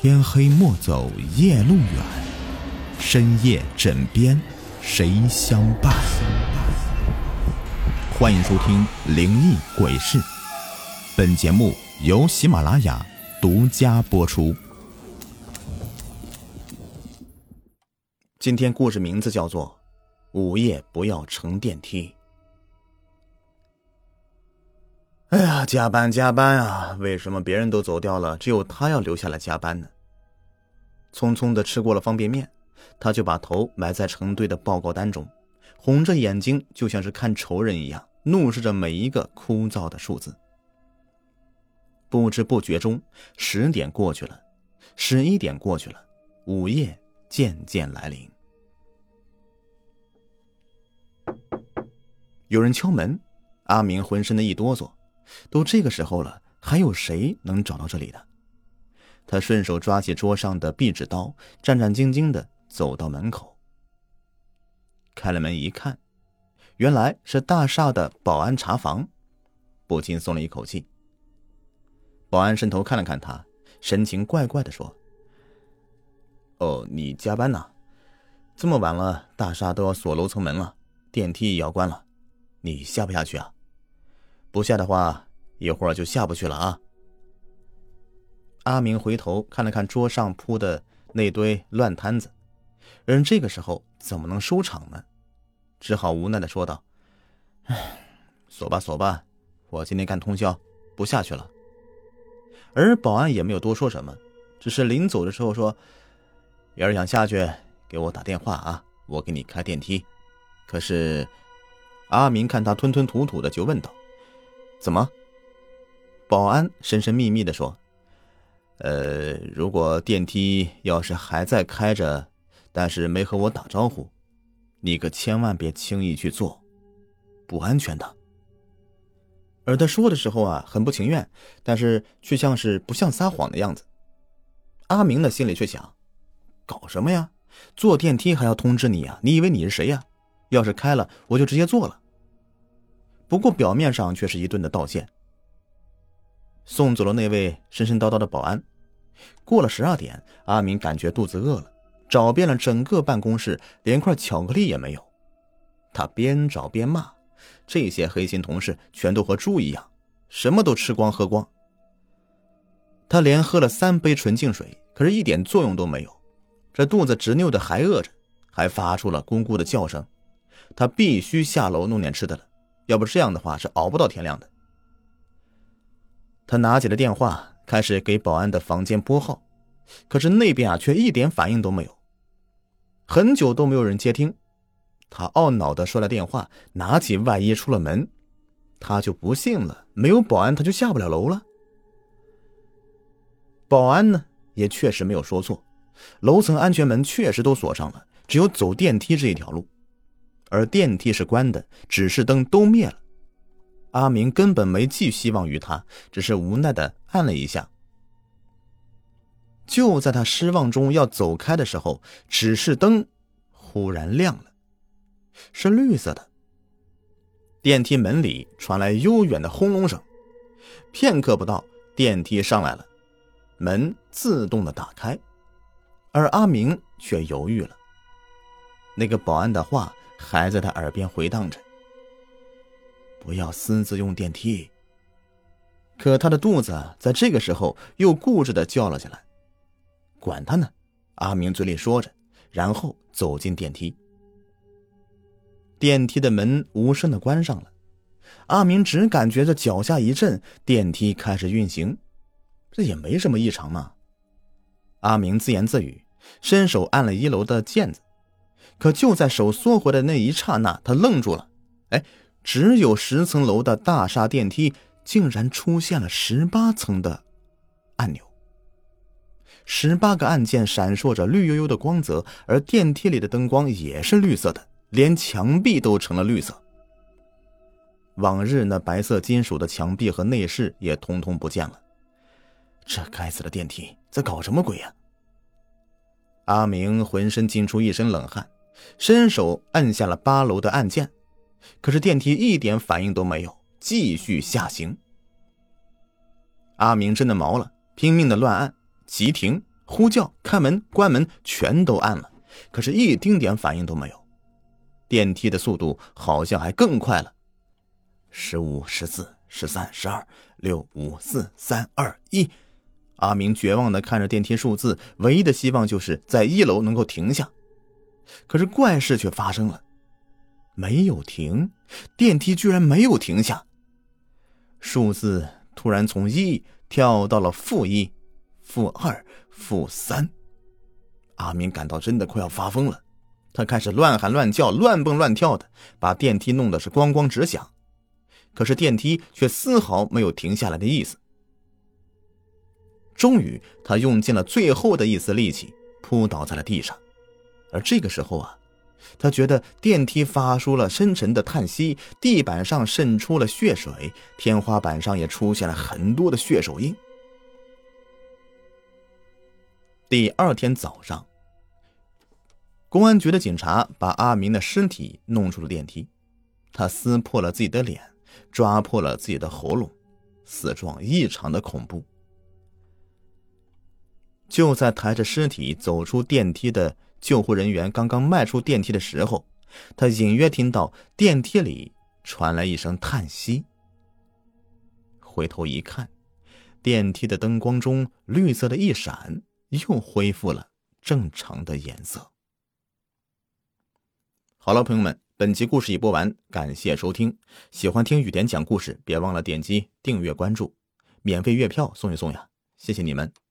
天黑莫走夜路远，深夜枕边谁相伴。欢迎收听灵异鬼事，本节目由喜马拉雅独家播出。今天故事名字叫做午夜不要乘电梯。哎呀，加班啊！为什么别人都走掉了，只有他要留下来加班呢？匆匆地吃过了方便面，他就把头埋在成堆的报告单中，红着眼睛，就像是看仇人一样，怒视着每一个枯燥的数字。不知不觉中，10点过去了，11点过去了，午夜渐渐来临。有人敲门，阿明浑身的一哆嗦，都这个时候了，还有谁能找到这里的？他顺手抓起桌上的壁纸刀，战战兢兢地走到门口。开了门一看，原来是大厦的保安查房，不禁松了一口气。保安伸头看了看他，神情怪怪地说：“哦，你加班呢？这么晚了，大厦都要锁楼层门了，电梯也要关了，你下不下去啊？不下的话，一会儿就下不去了啊。”阿明回头看了看桌上铺的那堆乱摊子，人这个时候怎么能收场呢？只好无奈地说道：“锁吧，我今天干通宵，不下去了。”而保安也没有多说什么，只是临走的时候说：“要是想下去，给我打电话啊，我给你开电梯。”可是阿明看他吞吞吐吐的，就问道：“怎么？”保安神神秘秘地说：“如果电梯要是还在开着，但是没和我打招呼，你可千万别轻易去坐，不安全的。”而他说的时候啊，很不情愿，但是却像是不像撒谎的样子。阿明的心里却想：搞什么呀？坐电梯还要通知你啊？你以为你是谁呀？要是开了，我就直接坐了。不过表面上却是一顿的道歉。送走了那位神神叨叨的保安，过了12点，阿明感觉肚子饿了，找遍了整个办公室，连块巧克力也没有。他边找边骂，这些黑心同事全都和猪一样，什么都吃光喝光。他连喝了3杯纯净水，可是一点作用都没有，这肚子执拗的还饿着，还发出了咕咕的叫声。他必须下楼弄点吃的了，要不这样的话是熬不到天亮的。他拿起了电话，开始给保安的房间拨号，可是那边啊却一点反应都没有，很久都没有人接听。他懊恼地摔了电话，拿起外衣出了门。他就不信了，没有保安他就下不了楼了。保安呢也确实没有说错，楼层安全门确实都锁上了，只有走电梯这一条路，而电梯是关的，指示灯都灭了。阿明根本没寄希望于他，只是无奈地按了一下。就在他失望中要走开的时候，指示灯忽然亮了，是绿色的。电梯门里传来悠远的轰隆声，片刻不到，电梯上来了，门自动的打开，而阿明却犹豫了。那个保安的话还在他耳边回荡着：“不要私自用电梯。”可他的肚子在这个时候又固执地叫了起来。管他呢，阿明嘴里说着，然后走进电梯。电梯的门无声地关上了，阿明只感觉着脚下一震，电梯开始运行，这也没什么异常嘛。阿明自言自语，伸手按了1楼的键子，可就在手缩回的那一刹那，他愣住了。只有10层楼的大厦电梯竟然出现了18层的按钮，18个按键闪烁着绿油油的光泽，而电梯里的灯光也是绿色的，连墙壁都成了绿色。往日那白色金属的墙壁和内饰也统统不见了。这该死的电梯在搞什么鬼呀？阿明浑身惊出一身冷汗，伸手按下了8楼的按键，可是电梯一点反应都没有，继续下行。阿明真的毛了，拼命的乱按，急停， 呼叫、开门、关门全都按了，可是一丁点反应都没有。电梯的速度好像还更快了，15、14、13、12、6、5、4、3、2、1。阿明绝望地看着电梯数字，唯一的希望就是在1楼能够停下。可是怪事却发生了，没有停，电梯居然没有停下。数字突然从1跳到了-1、-2、-3。阿明感到真的快要发疯了，他开始乱喊乱叫，乱蹦乱跳的，把电梯弄得是咣咣直响。可是电梯却丝毫没有停下来的意思。终于他用尽了最后的一丝力气，扑倒在了地上。而这个时候啊，他觉得电梯发出了深沉的叹息，地板上渗出了血水，天花板上也出现了很多的血手印。第2天早上，公安局的警察把阿明的尸体弄出了电梯，他撕破了自己的脸，抓破了自己的喉咙，死状异常的恐怖。就在抬着尸体走出电梯的救护人员刚刚迈出电梯的时候，他隐约听到电梯里传来一声叹息。回头一看，电梯的灯光中绿色的一闪，又恢复了正常的颜色。好了，朋友们，本期故事已播完，感谢收听。喜欢听雨点讲故事，别忘了点击订阅关注，免费月票送一送呀，谢谢你们。